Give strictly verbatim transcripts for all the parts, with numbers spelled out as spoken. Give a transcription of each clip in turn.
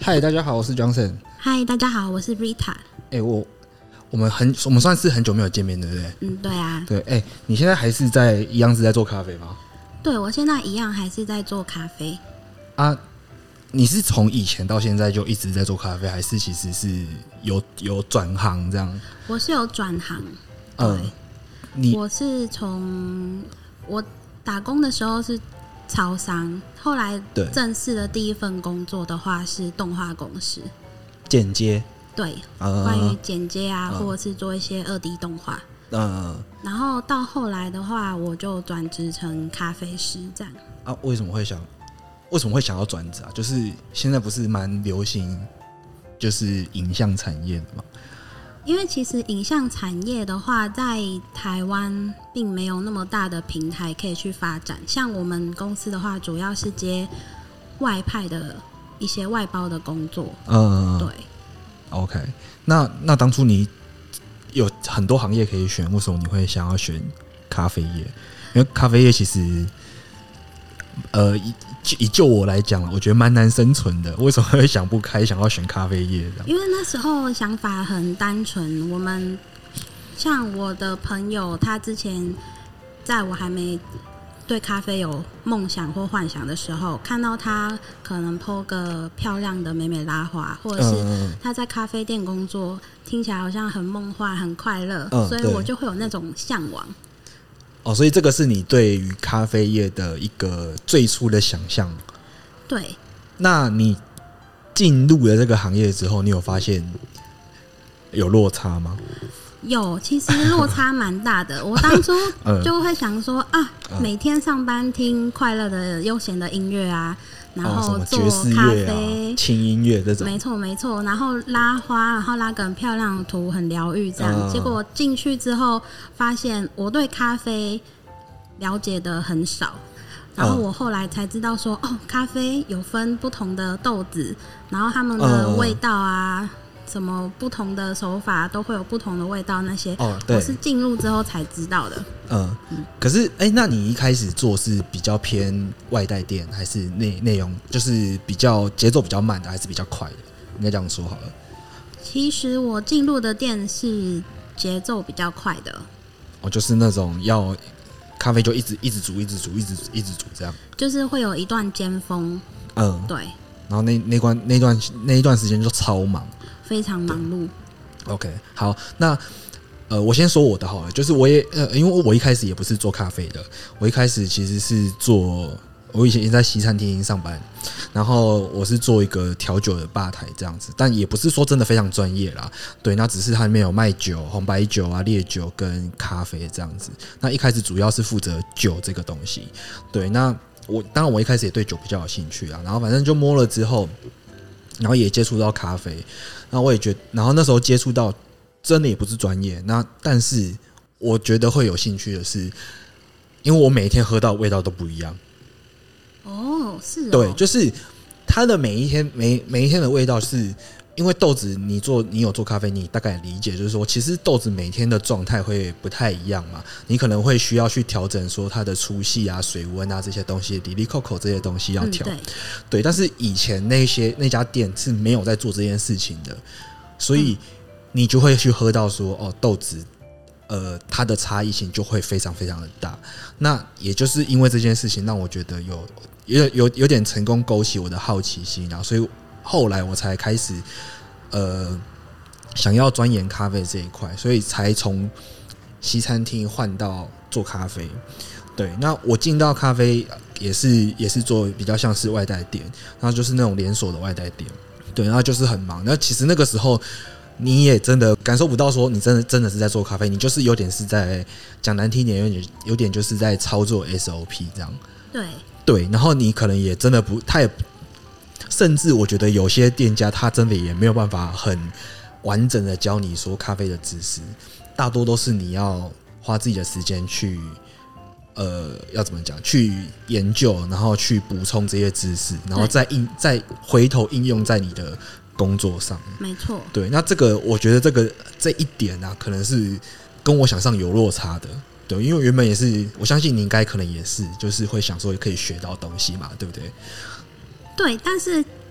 嗨，大家好，我是 Johnson。 嗨，大家好，我是 Rita。 哎、欸，我我们很我们算是很久没有见面，对不对？ 嗯，对啊。 对，哎、欸，你现在还是在一样是在做咖啡吗？ 对，我现在一样还是在做咖啡。啊， 你是从以前到现在就一直在做咖啡，还是其实是有有转行这样？ 我是有转行。 嗯，你我是从我打工的时候是超商，后来正式的第一份工作的话是动画公司剪接。 对，嗯、关于剪接啊、嗯，或者是做一些二 D 动画。嗯，然后到后来的话，我就转职成咖啡师这样。 啊，为什么会想？为什么会想要转职啊？就是现在不是蛮流行，就是影像产业的嘛。 因为其实影像产业的话，在台湾并没有那么大的平台可以去发展。像我们公司的话，主要是接外派的一些外包的工作。嗯，对。 OK， 那那当初你有很多行业可以选，为什么你会想要选咖啡业？因为咖啡业其实，呃，以以就我来讲，我觉得蛮难生存的。为什么会想不开，想要选咖啡业的？ 因为那时候想法很单纯。我们像我的朋友，他之前在我还没对咖啡有梦想或幻想的时候，看到他可能 po 个漂亮的美美拉花，或者是他在咖啡店工作，听起来好像很梦幻、很快乐，嗯、所以我就会有那种向往。 哦，所以这个是你对于咖啡业的一个最初的想象。 对。 那你进入了这个行业之后，你有发现有落差吗？ 有，其实落差蛮大的。我当初就会想说、嗯、啊，每天上班听快乐的悠闲的音乐啊，然后做咖啡、 轻、哦啊、音乐这种， 没错没错。然后拉花，然后拉个很漂亮的图，很疗愈这样、嗯。结果进去之后，发现我对咖啡了解的很少。然后我后来才知道说，哦，咖啡有分不同的豆子，然后他们的味道啊。嗯，什么不同的手法都会有不同的味道，那些、哦、我是进入之后才知道的。 嗯，嗯可是哎、欸，那你一开始做是比较偏外带店，还是内内容就是比较节奏比较慢的，还是比较快的？应该这样说好了。 其实我进入的店是节奏比较快的。 哦，就是那种要咖啡就一直一直煮，一直煮，一直一直煮这样。 就是会有一段尖峰。嗯，对。 然后那那段那段那一段时间就超忙。 非常忙碌。 OK， 好，那呃，我先说我的好了，就是我也呃，因为我一开始也不是做咖啡的，我一开始其实是做，我以前在西餐厅上班，然后我是做一个调酒的吧台这样子，但也不是说真的非常专业啦，对，那只是它里面有卖酒、红白酒啊、烈酒跟咖啡这样子。那一开始主要是负责酒这个东西，对，那我当然我一开始也对酒比较有兴趣啊，然后反正就摸了之后。然后也接触到咖啡，然后我也觉得，然后那时候接触到，真的也不是专业，那但是我觉得会有兴趣的是，因为我每天喝到的味道都不一样。 哦，是哦。 对，就是它的每一天每每一天的味道是。因为豆子，你做你有做咖啡，你大概理解，就是说，其实豆子每天的状态会不太一样嘛。你可能会需要去调整，说它的粗细啊、水温啊这些东西，里里扣扣这些东西要调、嗯。对，但是以前那些那家店是没有在做这件事情的，所以你就会去喝到说，哦，豆子，呃，它的差异性就会非常非常的大。那也就是因为这件事情，让我觉得有有有有点成功勾起我的好奇心，然后所以。后来我才开始，呃，想要钻研咖啡这一块，所以才从西餐厅换到做咖啡。对，那我进到咖啡也是也是做比较像是外带店，然后就是那种连锁的外带店。对，然后就是很忙。那其实那个时候你也真的感受不到说你真的真的是在做咖啡，你就是有点是在讲难听点，有点有点就是在操作 S O P 这样。 对对，然后你可能也真的不，他也。甚至我觉得有些店家他真的也没有办法很完整的教你说咖啡的知识，大多都是你要花自己的时间去，呃，要怎么讲，去研究，然后去补充这些知识，然后再应再回头应用在你的工作上。 没错， 对，那这个我觉得这个这一点啊，可能是跟我想象有落差的。对，因为原本也是，我相信你应该可能也是，就是会想说可以学到东西嘛，对不对？ 对，但是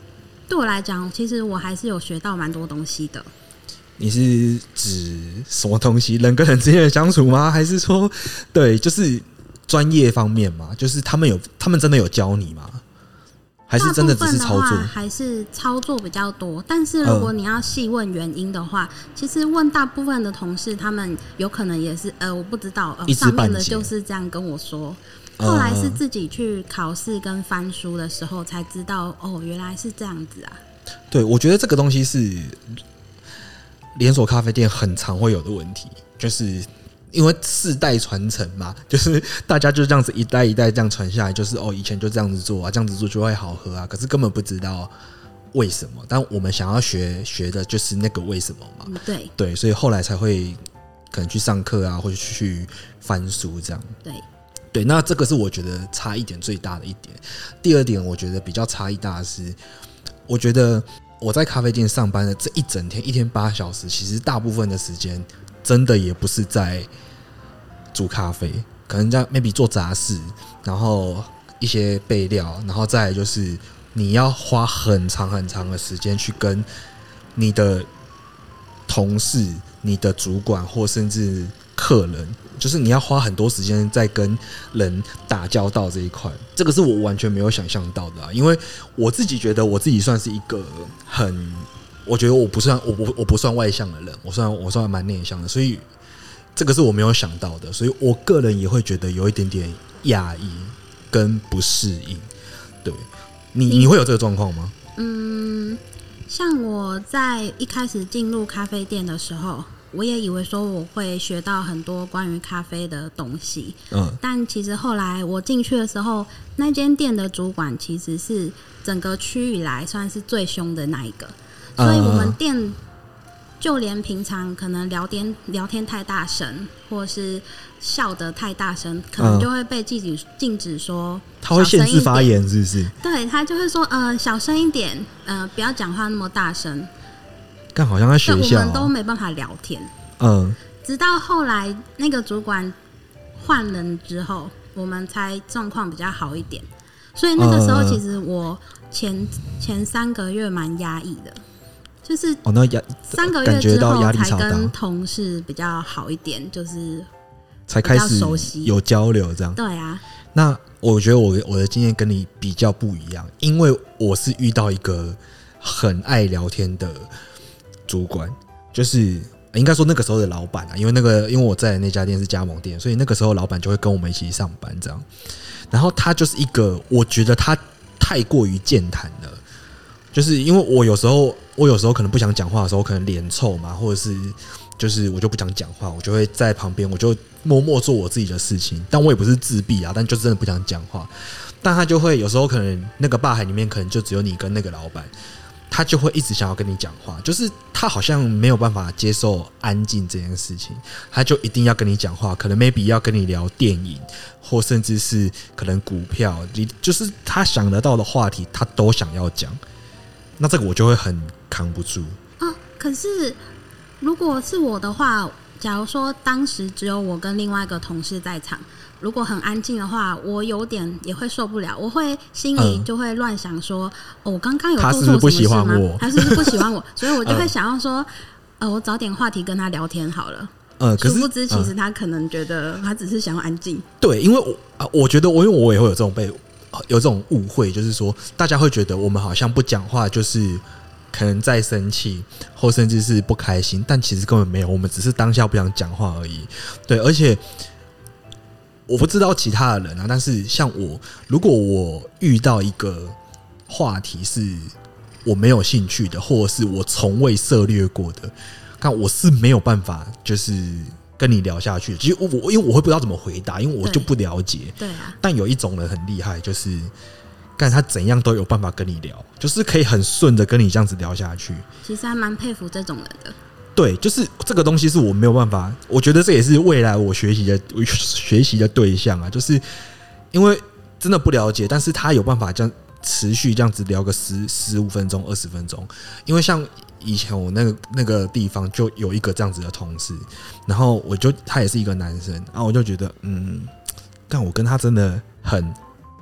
对我来讲，其实我还是有学到蛮多东西的。 你是指什么东西？人跟人之间的相处吗？还是说，对，就是专业方面嘛？就是他们有，他们真的有教你吗？还是真的只是操作？ 还是操作比较多。但是如果你要细问原因的话，嗯、其实问大部分的同事，他们有可能也是呃，我不知道，呃、上面的就是这样跟我说。后来是自己去考试跟翻书的时候才知道，哦，原来是这样子啊。 对，我觉得这个东西是连锁咖啡店很常会有的问题，就是因为世代传承嘛，就是大家就这样子一代一代这样传下来，就是哦，以前就这样子做啊，这样子做就会好喝啊，可是根本不知道为什么。但我们想要学学的就是那个为什么嘛， 嗯、对对，所以后来才会可能去上课啊，或者去翻书这样。 对对，那这个是我觉得差异点最大的一点。第二点，我觉得比较差异大的是，我觉得我在咖啡店上班的这一整天，一天八小时，其实大部分的时间真的也不是在煮咖啡，可能在 maybe 做杂事，然后一些备料，然后再来就是你要花很长很长的时间去跟你的同事、你的主管或甚至客人，就是你要花很多时间在跟人打交道这一块，这个是我完全没有想象到的啊！因为我自己觉得我自己算是一个很，我觉得我不算我不我不算外向的人，我算我算蛮内向的，所以这个是我没有想到的，所以我个人也会觉得有一点点压抑跟不适应。对，你你会有这个状况吗？ 嗯，像我在一开始进入咖啡店的时候，我也以为说我会学到很多关于咖啡的东西，嗯，但其实后来我进去的时候，那间店的主管其实是整个区以来算是最凶的那一个，所以我们店就连平常可能聊天聊天太大声，或是笑得太大声，可能就会被禁止禁止说， 他会限制发言，是不是？ 对，他就会说，呃，小声一点，呃，不要讲话那么大声。 干好像在学校、哦， 我们都没办法聊天。 嗯， 直到后来那个主管换人之后，我们才状况比较好一点。所以那个时候，其实我前前三个月蛮压抑的，就是哦，那压三个月之后才跟同事比较好一点，就是才开始有交流这样。 对啊， 那我觉得我我的经验跟你比较不一样，因为我是遇到一个很爱聊天的主管，就是应该说那个时候的老板啊，因为那个因为我在的那家店是加盟店，所以那个时候老板就会跟我们一起上班这样。然后他就是一个，我觉得他太过于健谈了，就是因为我有时候我有时候可能不想讲话的时候，可能脸臭嘛，或者是就是我就不想讲话，我就会在旁边，我就默默做我自己的事情。但我也不是自闭啊，但就真的不想讲话。但他就会有时候可能那个吧台里面可能就只有你跟那个老板。他就会一直想要跟你讲话，就是他好像没有办法接受安静这件事情，他就一定要跟你讲话，可能 maybe 要跟你聊电影，或甚至是可能股票，就是他想得到的话题，他都想要讲。那这个我就会很扛不住啊。可是如果是我的话，假如说当时只有我跟另外一个同事在场。如果很安静的话，我有点也会受不了，我会心里就会乱想说，嗯、哦，我刚刚有做错什么事吗？他是不是不喜欢我？所以我就会想要说，呃，我找点话题跟他聊天好了。嗯，可是殊不知，其实他可能觉得他只是想要安静。 对，因为我啊，我觉得我因为我也会有这种被有这种误会，就是说大家会觉得我们好像不讲话就是可能在生气，或甚至是不开心，但其实根本没有，我们只是当下不想讲话而已。对，而且。我不知道其他的人啊，但是像我，如果我遇到一个话题是我没有兴趣的，或者是我从未涉猎过的，看我是没有办法就是跟你聊下去。其实我因为我会不知道怎么回答，因为我就不了解。 对啊。 但有一种人很厉害，就是看他怎样都有办法跟你聊，就是可以很顺的跟你这样子聊下去。 其实还蛮佩服这种人的。 对，就是这个东西是我没有办法，我觉得这也是未来我学习的学习的对象啊，就是因为真的不了解，但是他有办法这样持续这样子聊个十十五分钟、二十分钟。因为像以前我那个那个地方就有一个这样子的同事，然后我就他也是一个男生，然后我就觉得嗯，干我跟他真的很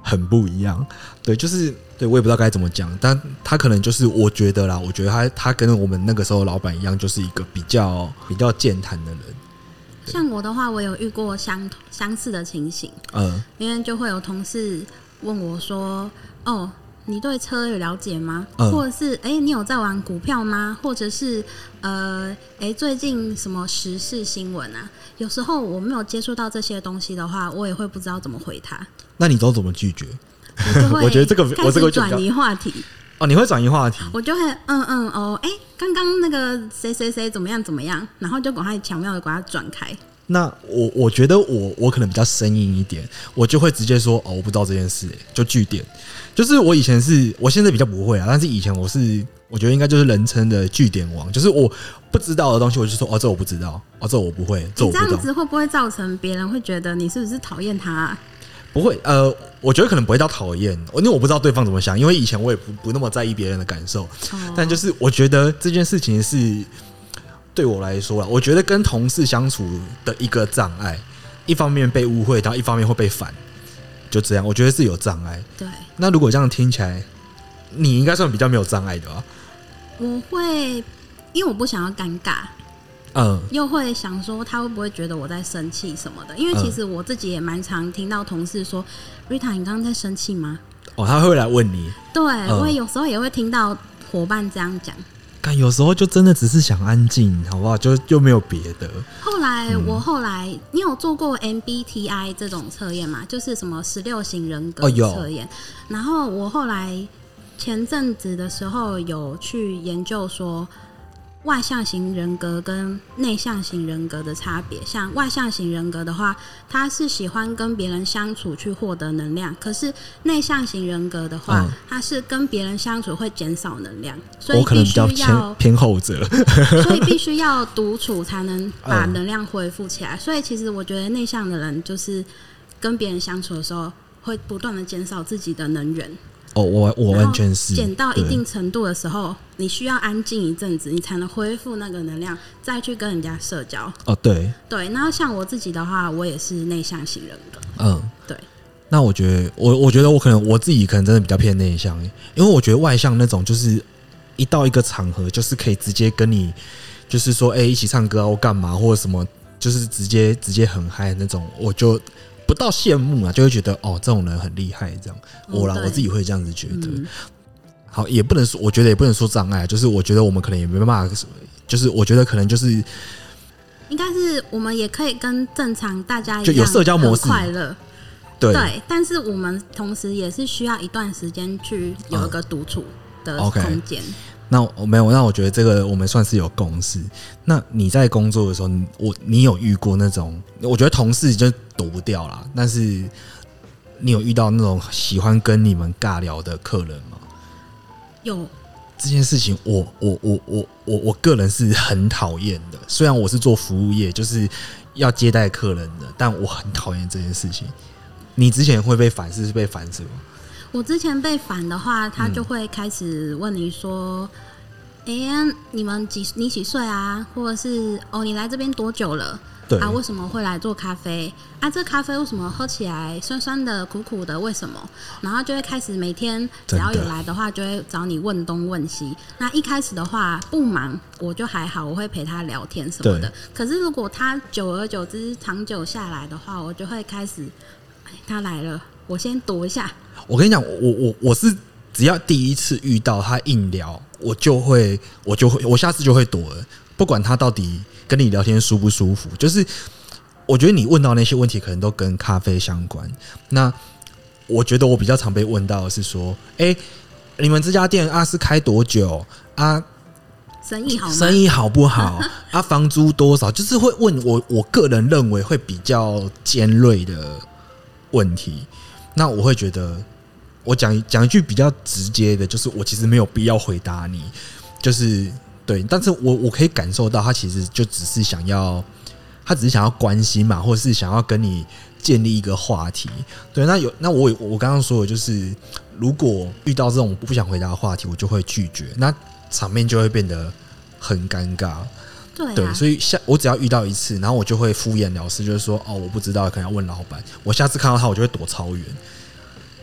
很不一样。对，就是对我也不知道该怎么讲，但他可能就是我觉得啦，我觉得他他跟我们那个时候老板一样，就是一个比较比较健谈的人。 像我的话，我有遇过相相似的情形，嗯，因为就会有同事问我说：“哦，你对车有了解吗？嗯、或者是哎、欸，你有在玩股票吗？或者是呃，哎、欸，最近什么时事新闻啊？”有时候我没有接触到这些东西的话，我也会不知道怎么回他。 那你都怎么拒绝？ 我就会我觉得这个我这个转移话题。 哦，你会转移话题？ 我就会嗯嗯哦，哎、欸，刚刚那个谁谁谁怎么样怎么样，然后就赶快巧妙的把它转开。 那我我觉得我我可能比较生硬一点，我就会直接说哦，我不知道这件事、欸，就句点。就是我以前是，我现在比较不会啊，但是以前我是，我觉得应该就是人称的句点王，就是我不知道的东西，我就说哦，这我不知道，哦，这我不会，这我不知道。 你这样子会不会造成别人会觉得你是不是讨厌他、啊？ 不会，呃，我觉得可能不会到讨厌，因为我不知道对方怎么想，因为以前我也不不那么在意别人的感受，哦、但就是我觉得这件事情是对我来说啦，我觉得跟同事相处的一个障碍，一方面被误会，然后一方面会被烦，就这样，我觉得是有障碍。 对， 那如果这样听起来，你应该算比较没有障碍的吧？ 我会，因为我不想要尴尬。嗯，又会想说他会不会觉得我在生气什么的？因为其实我自己也蛮常听到同事说 ：“Rita， 你刚刚在生气吗？” 哦，他会来问你。对， 嗯、我有时候也会听到伙伴这样讲。 但有时候就真的只是想安静，好不好？就就没有别的。 后来、嗯、我后来，你有做过 M B T I 这种测验吗？就是什么十六型人格测验、哦。然后我后来前阵子的时候有去研究说。外向型人格跟内向型人格的差别，像外向型人格的话，他是喜欢跟别人相处去获得能量，可是内向型人格的话，他、嗯、是跟别人相处会减少能量，所以必须要我可能比较偏后者， 所以必须要独处才能把能量恢复起来。所以其实我觉得内向的人就是跟别人相处的时候，会不断的减少自己的能源。 哦，我我完全是减到一定程度的时候，你需要安静一阵子，你才能恢复那个能量，再去跟人家社交。 哦，对对。然后像我自己的话，我也是内向型人格。嗯，对。 那我觉得，我我觉得我可能我自己可能真的比较偏内向，因为我觉得外向那种就是一到一个场合，就是可以直接跟你，就是说，哎、欸，一起唱歌啊，或干嘛，或者什么，就是直接直接很嗨那种，我就。不到羡慕啊，就会觉得哦，这种人很厉害，这样我啦，我自己会这样子觉得。嗯、好，也不能说，我觉得也不能说障碍，就是我觉得我们可能也没办法，就是我觉得可能就是， 应该是我们也可以跟正常大家一样， 就有社交模式， 快乐。 对对，但是我们同时也是需要一段时间去有一个独处的空间。嗯 okay 那我没有，那我觉得这个我们算是有共识。那你在工作的时候，你我你有遇过那种？我觉得同事就躲不掉啦，但是你有遇到那种喜欢跟你们尬聊的客人吗？ 有这件事情我，我我我我我个人是很讨厌的。虽然我是做服务业，就是要接待客人的，但我很讨厌这件事情。你之前会被反是被反什么？ 我之前被烦的话，他就会开始问你说：“哎、嗯欸，你们几你几岁啊？或者是哦，你来这边多久了？对啊，为什么会来做咖啡？啊，这咖啡为什么喝起来酸酸的、苦苦的？为什么？”然后就会开始每天只要有来的话，就会找你问东问西。那一开始的话不忙，我就还好，我会陪他聊天什么的。可是如果他久而久之、长久下来的话，我就会开始，哎，他来了，我先躲一下。 我跟你讲，我我我是只要第一次遇到他硬聊，我就会我就会我下次就会躲了，不管他到底跟你聊天舒不舒服。就是我觉得你问到那些问题，可能都跟咖啡相关。那我觉得我比较常被问到的是说，哎、欸，你们这家店啊是开多久啊？ 生意好吗？ 生意好不好啊？房租多少？就是会问我，我个人认为会比较尖锐的问题。那我会觉得。我讲讲一句比较直接的，就是我其实没有必要回答你，就是对，但是我我可以感受到他其实就只是想要，他只是想要关心嘛，或者是想要跟你建立一个话题。对，那有那我我刚刚说的就是，如果遇到这种不想回答的话题，我就会拒绝，那场面就会变得很尴尬。 对、啊， 对，所以下我只要遇到一次，然后我就会敷衍了事，就是说哦，我不知道，可能要问老板。我下次看到他，我就会躲超远。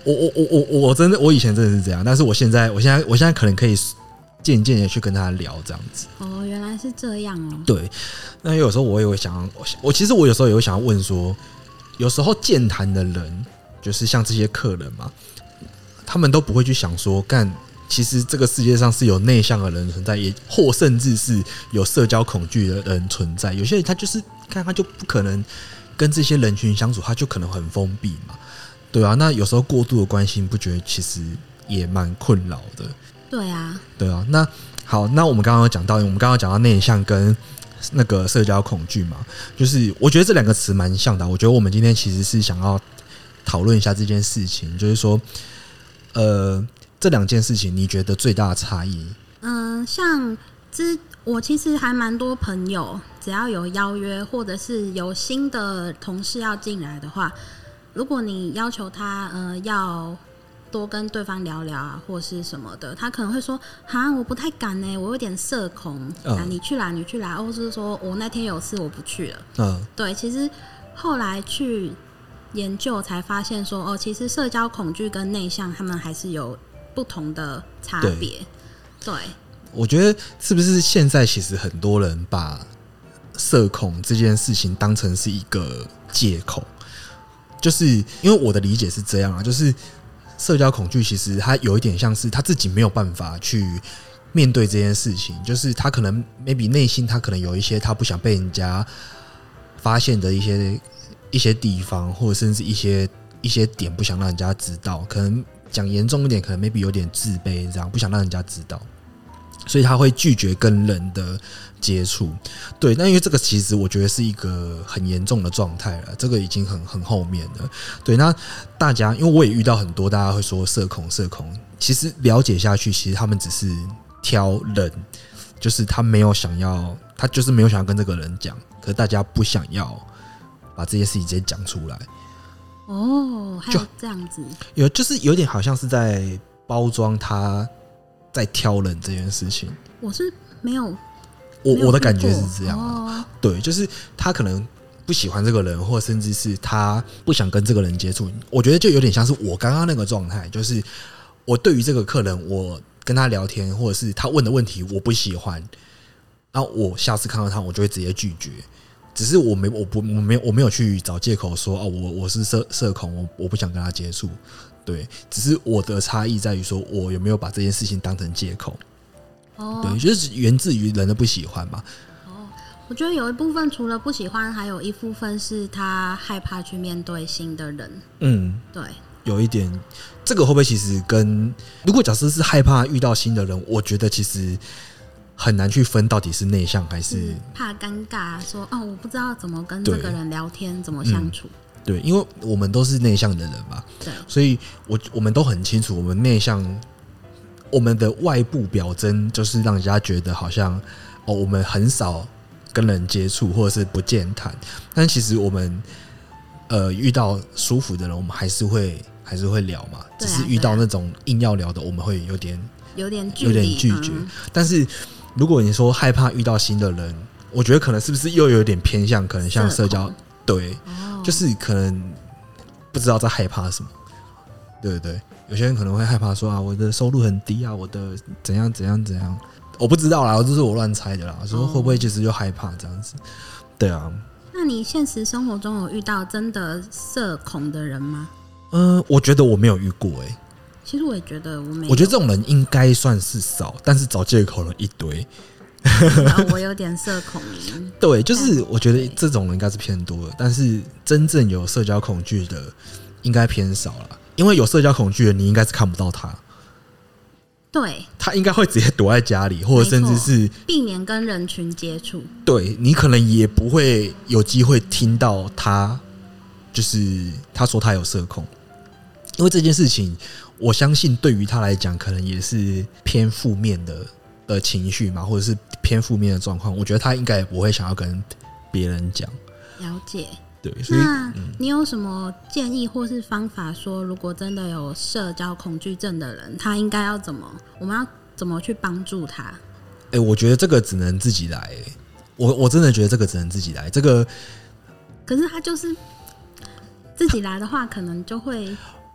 我我我我我真的我以前真的是这样，但是我现在我现在我现在可能可以渐渐的去跟他聊这样子。 哦，原来是这样哦。 对，那有时候我也会想，我其实我有时候也会想要问说，有时候健谈的人，就是像这些客人嘛，他们都不会去想说，干，其实这个世界上是有内向的人存在，也或甚至是有社交恐惧的人存在。有些人他就是看他就不可能跟这些人群相处，他就可能很封闭嘛。对啊，那有时候过度的关心，不觉得其实也蛮困扰的？ 对啊， 对啊。那好，那我们刚刚有讲到，我们刚刚讲到内向跟那个社交恐惧嘛，就是我觉得这两个词蛮像的。我觉得我们今天其实是想要讨论一下这件事情，就是说，呃，这两件事情你觉得最大的差异？ 嗯，像之我其实还蛮多朋友，只要有邀约或者是有新的同事要进来的话，如果你要求他呃要多跟对方聊聊啊，或是什么的，他可能会说：“哈，我不太敢呢、欸，我有点社恐。嗯”啊，你去啦，你去啦，或是说我那天有事，我不去了。嗯，对，其实后来去研究才发现说，哦，其实社交恐惧跟内向他们还是有不同的差别。对， 我觉得是不是现在其实很多人把社恐这件事情当成是一个借口？就是因为我的理解是这样啊，就是社交恐惧其实他有一点像是他自己没有办法去面对这件事情，就是他可能 maybe 内心他可能有一些他不想被人家发现的一些一些地方，或者甚至一些一些点不想让人家知道，可能讲严重一点，可能 maybe 有点自卑，这样不想让人家知道，所以他会拒绝跟人的接触。对，那因为这个其实我觉得是一个很严重的状态了，这个已经很很后面了。对，那大家因为我也遇到很多大家会说社恐社恐，其实了解下去，其实他们只是挑人，就是他没有想要，他就是没有想要跟这个人讲，可是大家不想要把这些事情直接讲出来。 哦，还有这样子， 有就是有点好像是在包装他在挑人这件事情。 我是没有， 我我的感觉是这样、 哦、 对，就是他可能不喜欢这个人，或甚至是他不想跟这个人接触。我觉得就有点像是我刚刚那个状态，就是我对于这个客人，我跟他聊天，或者是他问的问题我不喜欢，然后我下次看到他，我就会直接拒绝。只是我没我不我没有我没有去找借口说哦，我我是社社恐，我我不想跟他接触。对，只是我的差异在于说，我有没有把这件事情当成借口。哦，对，就是源自于人的不喜欢嘛。 哦，我觉得有一部分除了不喜欢，还有一部分是他害怕去面对新的人。嗯，对， 有一点，这个会不会其实跟如果假设是害怕遇到新的人，我觉得其实很难去分到底是内向还是、嗯、 怕尴尬，说哦，我不知道怎么跟这个人聊天，怎么相处。 嗯，对，因为我们都是内向的人嘛，对，所以我我们都很清楚，我们内向，我们的外部表征就是让人家觉得好像哦，我们很少跟人接触，或者是不健谈。但其实我们呃遇到舒服的人，我们还是会还是会聊嘛，啊、只是遇到那种硬要聊的，我们会有点有点有点拒绝。嗯、但是如果你说害怕遇到新的人，我觉得可能是不是又有点偏向，可能像社交，对。哦，就是可能不知道在害怕什么，对不对？有些人可能会害怕说啊，我的收入很低啊，我的怎样怎样怎样，我不知道啦，这是我乱猜的啦。说会不会其实就害怕这样子？对啊。 那你现实生活中有遇到真的社恐的人吗？ 嗯、呃，我觉得我没有遇过哎、欸。 其实我也觉得我没有。 我觉得这种人应该算是少，但是找借口了一堆。 我有点社恐。 对，就是我觉得这种人应该是偏多的，但是真正有社交恐惧的应该偏少了。因为有社交恐惧的，你应该是看不到他。 对， 他应该会直接躲在家里，或者甚至是避免跟人群接触。 对，你可能也不会有机会听到他，就是他说他有社恐，因为这件事情，我相信对于他来讲，可能也是偏负面的。的情绪嘛，或者是偏负面的状况，我觉得他应该也不会想要跟别人讲。 了解， 对，所以那你有什么建议或是方法说，如果真的有社交恐惧症的人，他应该要怎么？我们要怎么去帮助他？哎、 欸，我觉得这个只能自己来、欸。我我真的觉得这个只能自己来。这个， 可是他就是自己来的话，可能就会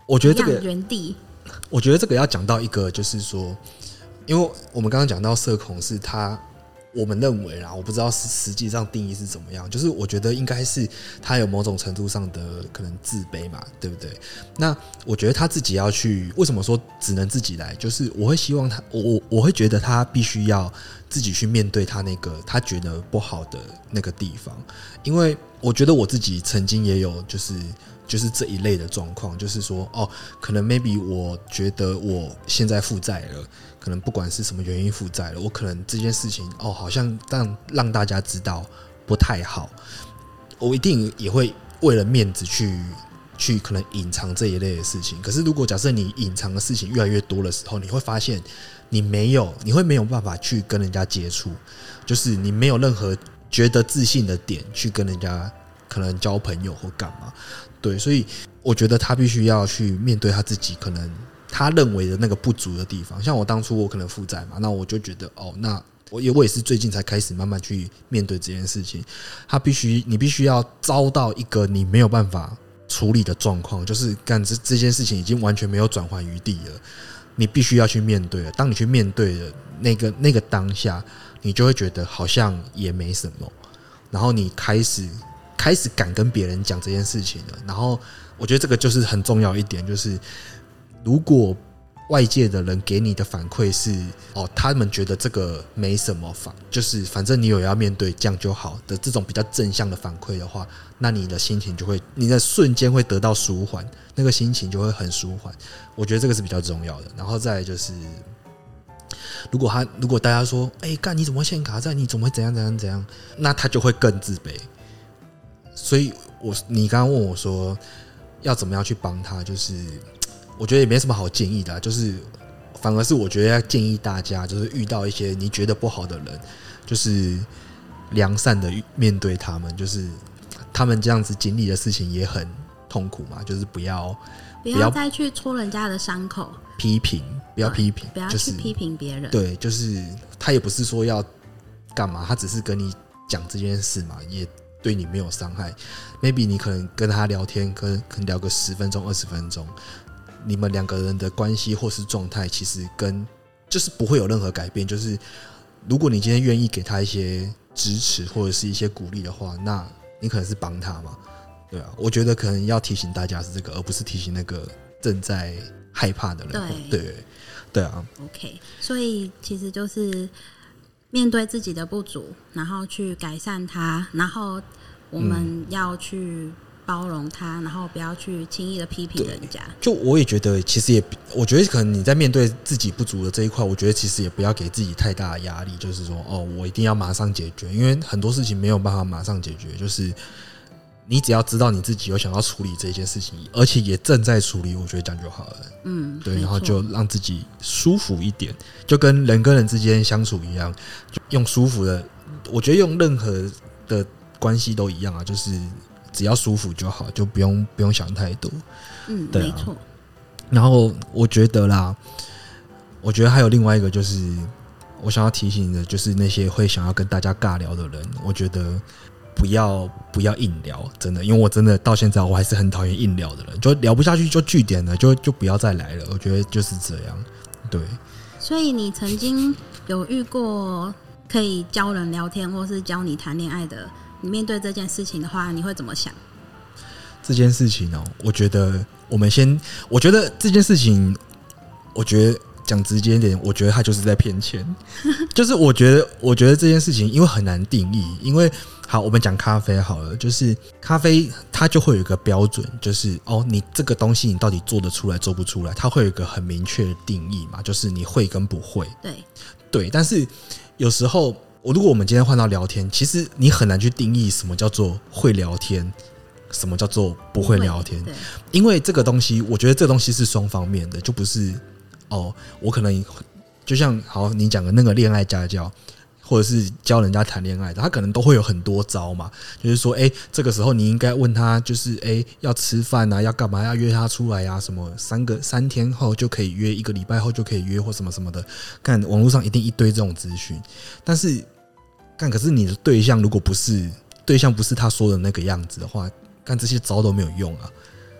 我觉得这个原地， 我觉得这个要讲到一个，就是说，因为我们刚刚讲到社恐是他。我们认为啦，我不知道实际上定义是怎么样，就是我觉得应该是他有某种程度上的可能自卑嘛，对不对？那我觉得他自己要去，为什么说只能自己来？就是我会希望他，我我会觉得他必须要自己去面对他那个他觉得不好的那个地方，因为我觉得我自己曾经也有就是。就是这一类的状况，就是说，哦，可能 maybe 我觉得我现在负债了，可能不管是什么原因负债了，我可能这件事情，哦，好像让让大家知道不太好，我一定也会为了面子去去可能隐藏这一类的事情。可是如果假设你隐藏的事情越来越多的时候，你会发现你没有，你会没有办法去跟人家接触，就是你没有任何觉得自信的点去跟人家可能交朋友或干嘛。对，所以我觉得他必须要去面对他自己可能他认为的那个不足的地方。像我当初我可能负债嘛，那我就觉得哦，那我也我也是最近才开始慢慢去面对这件事情。他必须你必须要遭到一个你没有办法处理的状况，就是干这这件事情已经完全没有转圜余地了，你必须要去面对了。当你去面对的那个那个当下，你就会觉得好像也没什么，然后你开始。开始敢跟别人讲这件事情了，然后我觉得这个就是很重要一点，就是如果外界的人给你的反馈是哦，他们觉得这个没什么反，就是反正你有要面对，这样就好的这种比较正向的反馈的话，那你的心情就会，你的瞬间会得到舒缓，那个心情就会很舒缓。我觉得这个是比较重要的。然后再来就是，如果他如果大家说，哎、欸，干你怎么会欠卡债？你怎么会怎样怎样怎样？那他就会更自卑。所以我，你刚刚问我说要怎么样去帮他，就是我觉得也没什么好建议的、啊，就是反而是我觉得要建议大家，就是遇到一些你觉得不好的人，就是良善的面对他们，就是他们这样子经历的事情也很痛苦嘛，就是不要不要再去戳人家的伤口， 批评不要批评， 不要去批评别人、就是。对， 就是他也不是说要干嘛，他只是跟你讲这件事嘛，也。对你没有伤害 ，maybe 你可能跟他聊天，可能可能聊个十分钟、二十分钟，你们两个人的关系或是状态，其实跟就是不会有任何改变。就是如果你今天愿意给他一些支持或者是一些鼓励的话，那你可能是帮他嘛，对啊。我觉得可能要提醒大家是这个，而不是提醒那个正在害怕的人。对对对啊。 OK， 所以其实就是面对自己的不足，然后去改善它，然后我们要去包容他，然后不要去轻易的批评人家。 就我也觉得，其实也，我觉得可能你在面对自己不足的这一块，我觉得其实也不要给自己太大的压力，就是说，哦，我一定要马上解决，因为很多事情没有办法马上解决，就是你只要知道你自己有想要处理这件事情，而且也正在处理，我觉得这样就好了。 嗯， 对，然后就让自己舒服一点，就跟人跟人之间相处一样，就用舒服的，我觉得用任何的关系都一样啊，就是只要舒服就好，就不用不用想太多。 嗯， 对啊， 没错。 然后我觉得啦，我觉得还有另外一个，就是我想要提醒的，就是那些会想要跟大家尬聊的人，我觉得不要不要硬聊，真的，因为我真的到现在我还是很讨厌硬聊的人，就聊不下去就据点了，就就不要再来了。我觉得就是这样，对。 所以你曾经有遇过可以教人聊天，或是教你谈恋爱的？你面对这件事情的话，你会怎么想？ 这件事情哦，我觉得我们先，我觉得这件事情，我觉得讲直接一点，我觉得他就是在骗钱。就是我觉得，我觉得这件事情因为很难定义，因为好，我们讲咖啡好了，就是咖啡它就会有一个标准，就是哦，你这个东西你到底做得出来做不出来，它会有一个很明确的定义嘛，就是你会跟不会。 对对，但是有时候。我如果我们今天换到聊天，其实你很难去定义什么叫做会聊天，什么叫做不会聊天，因为这个东西，我觉得这个东西是双方面的，就不是哦，我可能就像好你讲的那个恋爱家教，或者是教人家谈恋爱的，他可能都会有很多招嘛，就是说，哎、欸，这个时候你应该问他，就是哎、欸，要吃饭啊，要干嘛，要约他出来啊，什么三个三天后就可以约，一个礼拜后就可以约，或什么什么的，看网络上一定一堆这种资讯，但是。干，可是你的对象如果不是对象不是他说的那个样子的话，干这些招都没有用啊。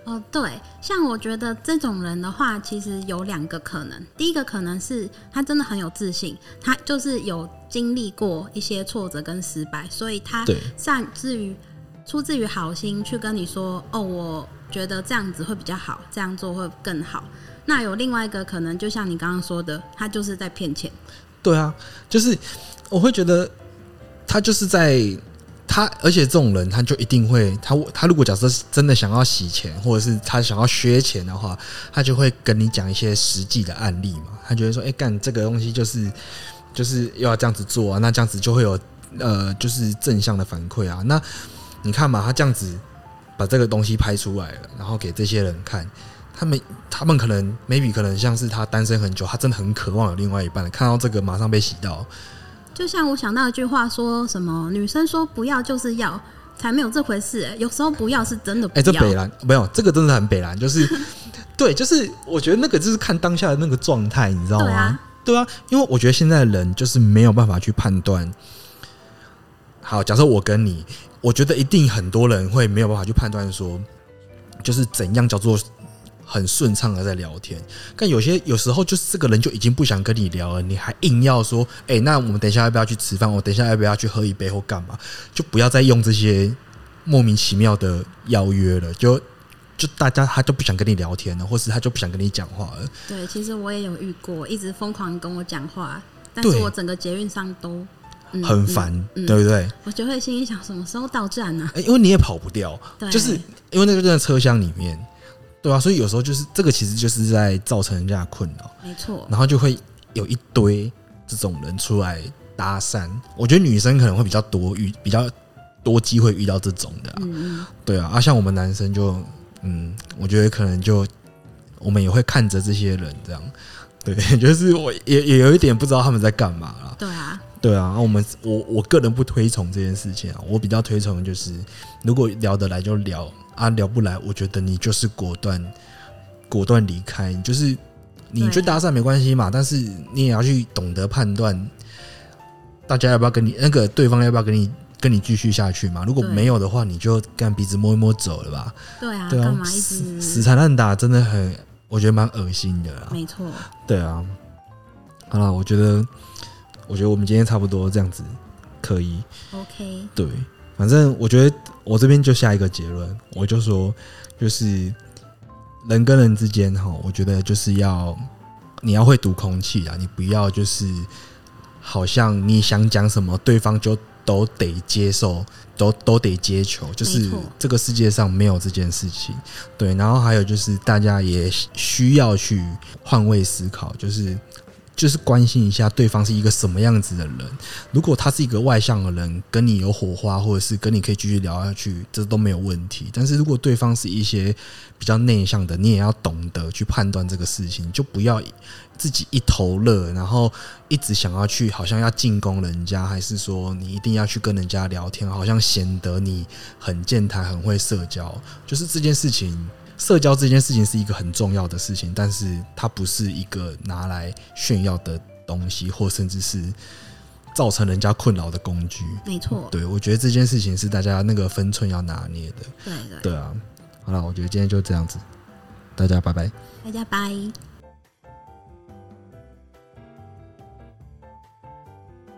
哦，对，像我觉得这种人的话，其实有两个可能。第一个可能是他真的很有自信，他就是有经历过一些挫折跟失败，所以他擅自于出自于好心去跟你说，哦，我觉得这样子会比较好，这样做会更好。那有另外一个可能，就像你刚刚说的，他就是在骗钱。 对啊，就是我会觉得他就是在。他而且这种人他就一定会他他如果假设真的想要洗钱或者是他想要削钱的话，他就会跟你讲一些实际的案例嘛。他就会说哎干、欸、这个东西就是就是要这样子做啊，那这样子就会有呃就是正向的反馈啊。那你看嘛，他这样子把这个东西拍出来了，然后给这些人看，他们他们可能 maybe 可能像是他单身很久，他真的很渴望有另外一半，看到这个马上被洗到。 就像我想到一句话，说什么女生说不要就是要，才没有这回事、欸。有时候不要是真的不要。哎、欸， 这北蓝没有，这个真的很北蓝，就是对，就是我觉得那个就是看当下的那个状态，你知道吗？对啊，对啊，因为我觉得现在的人就是没有办法去判断。好，假设我跟你，我觉得一定很多人会没有办法去判断说，就是怎样叫做。很顺畅的在聊天，但有些有时候就是这个人就已经不想跟你聊了，你还硬要说，哎、欸，那我们等一下要不要去吃饭？我等一下要不要去喝一杯或干嘛？就不要再用这些莫名其妙的邀约了，就就大家他就不想跟你聊天了，或是他就不想跟你讲话了。对， 其实我也有遇过，一直疯狂跟我讲话，但是我整个捷运上都。嗯、 很烦、嗯嗯，对不对？ 我就会心里想，什么时候到站呢、啊？ 因为你也跑不掉，就是因为那个就在车厢里面。对啊，所以有时候就是这个，其实就是在造成人家的困扰， 没错。 然后就会有一堆这种人出来搭讪，我觉得女生可能会比较多遇，比较多机会遇到这种的、啊，嗯对啊。啊，像我们男生就，嗯，我觉得可能就我们也会看着这些人这样，对，就是我也也有一点不知道他们在干嘛啦。 对啊， 对啊。啊我们我我个人不推崇这件事情啊，我比较推崇就是，如果聊得来就聊。啊，聊不来，我觉得你就是果断，果断离开。就是你去搭讪没关系嘛，但是你也要去懂得判断，大家要不要跟你那个对方要不要跟你跟你继续下去嘛？如果没有的话，你就干鼻子摸一摸走了吧。 对啊，对啊，干嘛一直死缠烂打，真的很，我觉得蛮恶心的啦。 没错。 对啊，好啦，我觉得，我觉得我们今天差不多这样子可以。 OK。 对。反正我觉得我这边就下一个结论，我就说，就是人跟人之间哈，我觉得就是要你要会读空气啊，你不要就是好像你想讲什么，对方就都得接受，都都得接球，就是这个世界上没有这件事情。对，然后还有就是大家也需要去换位思考，就是。就是关心一下对方是一个什么样子的人，如果他是一个外向的人，跟你有火花，或者是跟你可以继续聊下去，这都没有问题。但是如果对方是一些比较内向的，你也要懂得去判断这个事情，就不要自己一头热，然后一直想要去好像要进攻人家，还是说你一定要去跟人家聊天，好像显得你很健谈很会社交，就是这件事情社交这件事情是一个很重要的事情，但是它不是一个拿来炫耀的东西，或甚至是造成人家困扰的工具。 没错， 对，我觉得这件事情是大家那个分寸要拿捏的。 对对， 对啊。好了，我觉得今天就这样子，大家拜拜， 大家拜。